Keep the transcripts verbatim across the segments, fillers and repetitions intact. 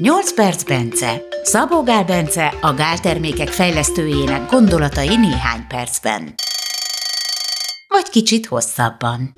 nyolc perc Bence. Szabó Gál Bence, a gáltermékek fejlesztőjének gondolatai néhány percben. Vagy kicsit hosszabban.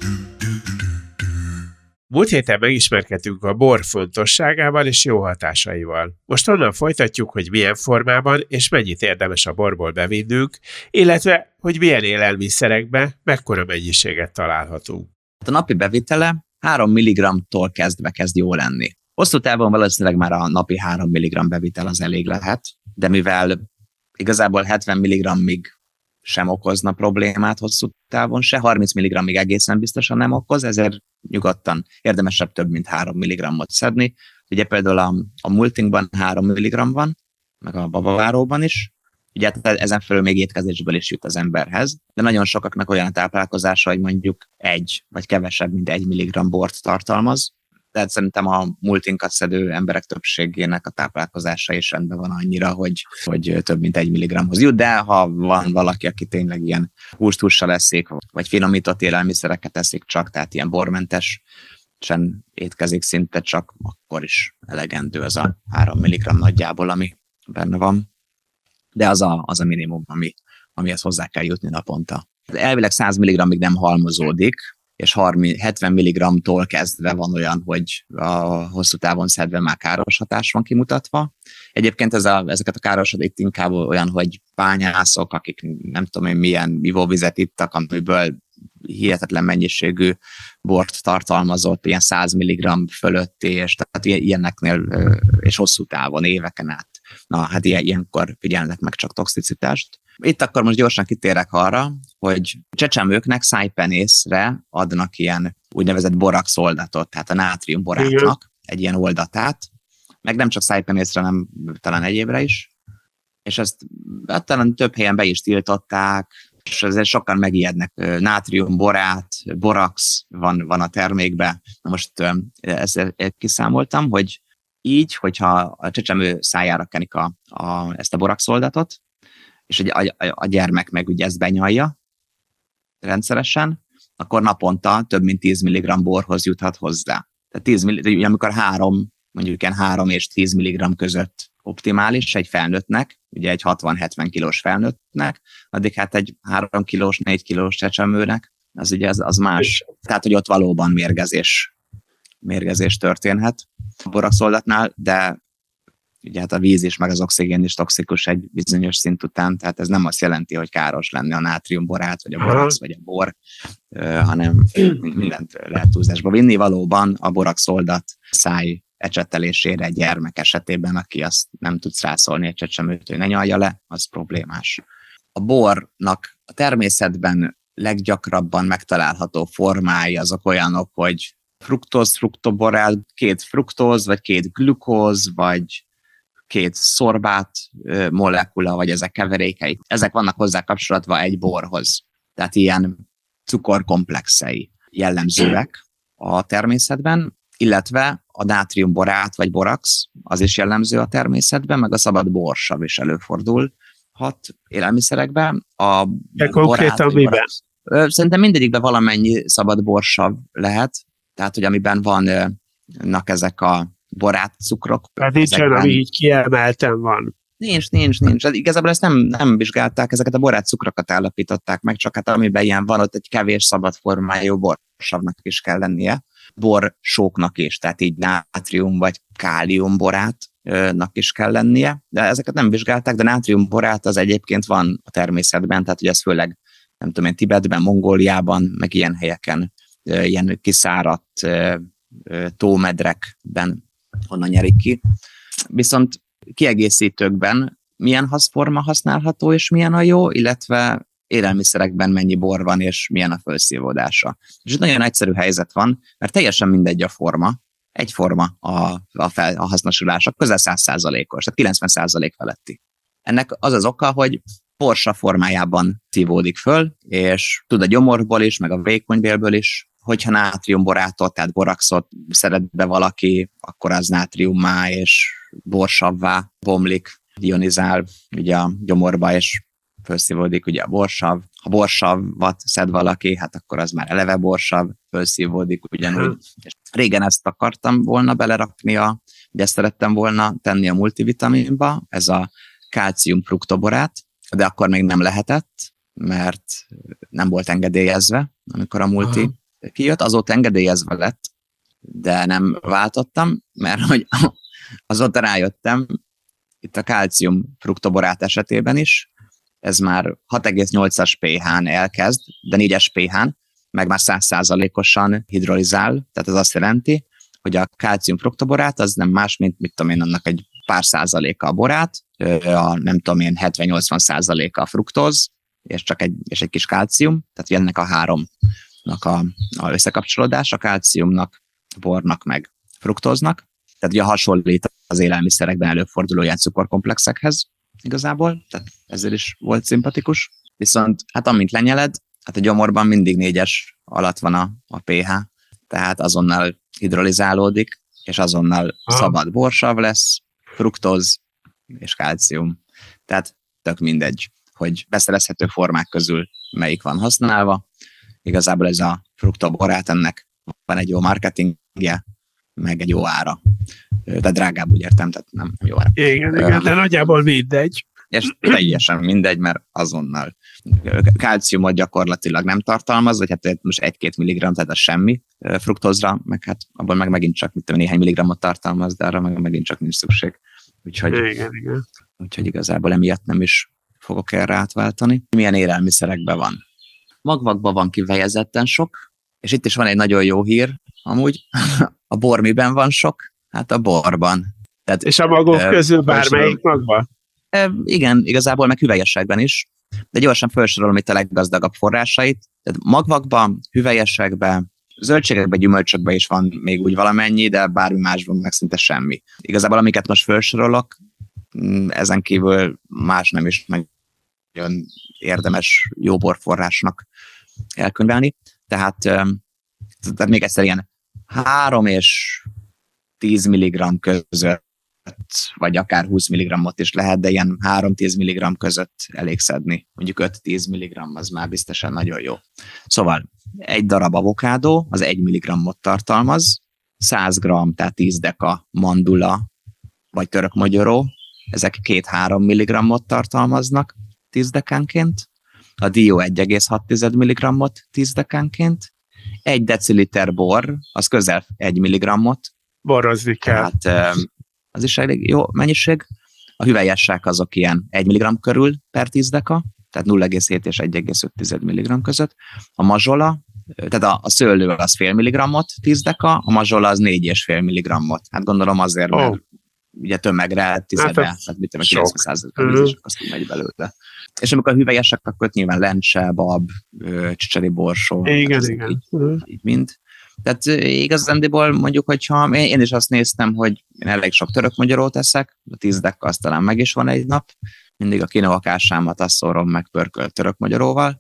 Múlt héten megismerkedtünk a bor fontosságával és jó hatásaival. Most onnan folytatjuk, hogy milyen formában és mennyit érdemes a borból bevinnünk, illetve, hogy milyen élelmiszerekbe mekkora mennyiséget találhatunk. A napi bevitele három milligramtól kezdve kezd jó lenni. Hosszú távon valószínűleg már a napi három milligramm bevitel az elég lehet, de mivel igazából hetven milligrammig sem okozna problémát hosszú távon, se harminc milligrammig egészen biztosan nem okoz, ezért nyugodtan érdemesebb több mint három milligrammot szedni. Ugye például a, a multinkban három milligramm van, meg a babaváróban is, ugye ezen felül még étkezésből is jut az emberhez, de nagyon sokaknak olyan a táplálkozása, hogy mondjuk egy vagy kevesebb, mint egy milligramm bort tartalmaz, tehát szerintem a multinkat szedő emberek többségének a táplálkozása is rendben van annyira, hogy, hogy több mint egy milligramhoz jut, de ha van valaki, aki tényleg ilyen húst-hússal eszik, vagy finomított élelmiszereket eszik csak, tehát ilyen bormentesen étkezik szinte csak, akkor is elegendő az a három milligramm nagyjából, ami benne van. De az a, az a minimum, ami, amihez hozzá kell jutni naponta. Elvileg száz milligrammig nem halmozódik, és harminc, hetven milligramtól kezdve van olyan, hogy a hosszú távon szedve már káros hatás van kimutatva. Egyébként ez a, ezeket a károsat itt inkább olyan, hogy bányászok, akik nem tudom én milyen ivóvizet ittak, amiből hihetetlen mennyiségű bort tartalmazott, ilyen száz milligramm fölötti, és tehát ilyeneknél, és hosszú távon, éveken át. Na, hát ilyenkor figyelnek meg csak toxicitást. Itt akkor most gyorsan kitérek arra, hogy csecsemőknek szájpenészre adnak ilyen úgynevezett borax oldatot, tehát a nátrium borátnak egy ilyen oldatát, meg nem csak szájpenészre, hanem talán egyébre is, és ezt hát, talán több helyen be is tiltották, és ezért sokan megijednek. Nátrium borát, borax van, van a termékben. Na most ezt kiszámoltam, hogy így, hogyha a csecsemő szájára kenik a, a, ezt a borax oldatot, és a, a, a gyermek meg ugye ezt benyalja rendszeresen, akkor naponta több mint tíz milligramm borhoz juthat hozzá. Tehát tíz milligramm, amikor három, mondjuk ilyen három és tíz milligramm között optimális egy felnőttnek, ugye egy hatvan-hetven kilós felnőttnek, addig hát egy három kilós, négy kilós csecsemőnek, az ugye az, az más. Tehát, hogy ott valóban mérgezés, mérgezés történhet a boraxoldatnál, de ugye hát a víz is, meg az oxigén is toxikus egy bizonyos szint után, tehát ez nem azt jelenti, hogy káros lenne a nátriumborát, vagy a borax, vagy a bor, hanem mindent lehet túlzásba vinni. Valóban a boraxoldat száj ecsettelésére egy gyermek esetében, aki azt nem tudsz rászólni egy csecsemőt, hogy ne nyalja le, az problémás. A bornak a természetben leggyakrabban megtalálható formái azok olyanok, hogy fruktóz, fruktoborál, két fruktóz, vagy két glükóz, vagy két szorbát molekula, vagy ezek keverékei. Ezek vannak hozzá kapcsolatva egy borhoz. Tehát ilyen cukorkomplexei jellemzőek a természetben, illetve a nátriumborát vagy borax, az is jellemző a természetben, meg a szabad borsav is előfordul hat élelmiszerekben. A De konkrétan miben? Borax, szerintem mindegyikben valamennyi szabad borsav lehet, tehát hogy amiben vannak ezek a borát cukrok. Hát nincsen, ami így kiemelten van. Nincs, nincs, nincs. Igazából ezt nem, nem vizsgálták, ezeket a borát cukrokat állapították meg, csak hát amiben ilyen van, ott egy kevés szabad formájú borsavnak is kell lennie, borsóknak is, tehát így nátrium vagy kálium borátnak is kell lennie, de ezeket nem vizsgálták, de nátrium borát az egyébként van a természetben, tehát hogy ez főleg, nem tudom én, Tibetben, Mongóliában, meg ilyen helyeken, ilyen kiszáradt tómedrekben onnan nyerik ki. Viszont kiegészítőkben milyen forma használható, és milyen a jó, illetve élelmiszerekben mennyi bor van, és milyen a felszívódása. És itt nagyon egyszerű helyzet van, mert teljesen mindegy a forma, egyforma a, a, fel, a hasznosulása, közel száz százalékos, tehát kilencven százalék feletti. Ennek az az oka, hogy borsav formájában szívódik föl, és tud a gyomorból is, meg a vékonybélből is. Hogyha nátriumborátot, tehát boraxot szeret be valaki, akkor az nátriummá és borsavvá bomlik, ionizál ugye a gyomorba, és felszívódik ugye a borsav. Ha borsavat szed valaki, hát akkor az már eleve borsav, felszívódik ugyanúgy. És régen ezt akartam volna belerakni a de ezt szerettem volna tenni a multivitaminba, ez a kálcium fruktoborát, de akkor még nem lehetett, mert nem volt engedélyezve, amikor a multi Aha. kijött, azóta engedélyezve lett, de nem váltottam, mert hogy azóta rájöttem, itt a kálcium fruktoborát esetében is, ez már hat egész nyolcas pH-n elkezd, de négyes pH-n, meg már száz százalékosan hidrolizál, tehát ez azt jelenti, hogy a kálcium fruktoborát az nem más, mint mit tudom én, annak egy pár százaléka a borát, a nem tudom én, hetven-nyolcvan százaléka a fruktóz, és csak egy, és egy kis kálcium, tehát ennek a háromnak a, a összekapcsolódás, a kálciumnak, bornak, meg fruktóznak. Tehát ugye hasonlít az élelmiszerekben előforduló ilyen cukorkomplexekhez igazából, tehát ezzel is volt szimpatikus. Viszont hát amint lenyeled, hát a gyomorban mindig négyes alatt van a, a pH, tehát azonnal hidrolizálódik, és azonnal Aha. szabad borsav lesz, fruktóz és kálcium. Tehát tök mindegy, hogy beszerezhető formák közül melyik van használva. Igazából ez a fruktoborát, ennek van egy jó marketingje, meg egy jó ára. De drágább, úgy értem, tehát nem jó ára. Igen, igen, de nagyjából mindegy. És teljesen mindegy, mert azonnal kálciumot gyakorlatilag nem tartalmaz, vagy hát most egy-két milligramm, tehát az semmi fruktózra, meg hát abban meg megint csak mit tudom, néhány milligrammot tartalmaz, de arra meg megint csak nincs szükség. Úgyhogy, igen, igen. úgyhogy igazából emiatt nem is fogok erre átváltani. Milyen élelmiszerekben van? Magvakban van kifejezetten sok, és itt is van egy nagyon jó hír, amúgy a bor miben van sok? Hát a borban. Tehát, és a magok e, közül bármelyik magban? E, igen, igazából meg hüvelyesekben is, de gyorsan felsorolom itt a leggazdagabb forrásait. Tehát magvakban, hüvelyesekben, zöldségekben, gyümölcsökben is van még úgy valamennyi, de bármi másban meg szinte semmi. Igazából amiket most felsorolok, ezen kívül más nem is nagyon érdemes jó borforrásnak elkönyvelni. Tehát, tehát még egyszer ilyen három és tíz milligramm között, vagy akár húsz milligrammot is lehet, de ilyen három-tíz milligramm között elég szedni. Mondjuk öt-tíz milligramm az már biztosan nagyon jó. Szóval egy darab avokádó az egy milligrammot tartalmaz, száz gramm, tehát tíz deka mandula, vagy török mogyoró, ezek két-három milligrammot tartalmaznak tíz dekánként, a dió egy egész hat milligrammot tíz dekánként, egy deciliter bor, az közel egy milligrammot. Borozni kell. Tehát az is elég jó mennyiség. A hüvelyessák azok ilyen egy milligramm körül per tíz deka, tehát nulla egész hét és egy egész öt milligramm között. A mazsola, tehát a, a szőlő az fél milligrammot tíz deka, a mazsola az négy és fél milligrammot. Hát gondolom azért, oh. mert ugye tömegre, tizedre, hát, tehát mit tudom, kilencven százalék víz, és azt megy belőle. És amikor a hüvelyesek, akkor nyilván lencse, bab, csicseri borsó. Igen, igen. Így, így mind. Tehát igazándiból mondjuk, hogyha én is azt néztem, hogy én elég sok török magyarót eszek, a tíz dekka az talán meg is van egy nap, mindig a quinoa kásámat azt szórom meg pörkölt török magyaróval,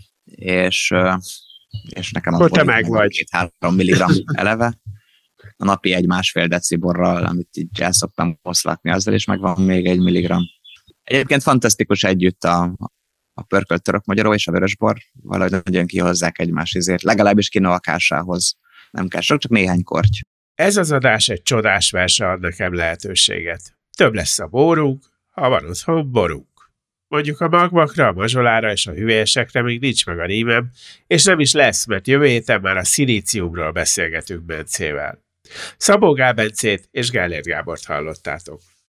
és, és nekem az volt két-három milligramm eleve, a napi egy másfél deciborral, amit így el szoktam oszlatni, azzal is megvan még egy milligramm. Egyébként fantasztikus együtt a, a pörkölt török magyaró és a vörösbor, valahogy nagyon kihozzák egymás izért, legalábbis quinoa kásához. Nem kell sok, csak néhány korty. Ez az adás egy csodás verse ad nekem lehetőséget. Több lesz a bórunk, ha van otthon borunk. Mondjuk a magvakra, a mazsolára és a hüvelyesekre még nincs meg a rímem, és nem is lesz, mert jövő héten már a szilíciumról beszélgetünk Bencével. Szabó Gál Bencét és Gellért Gábort hallottátok.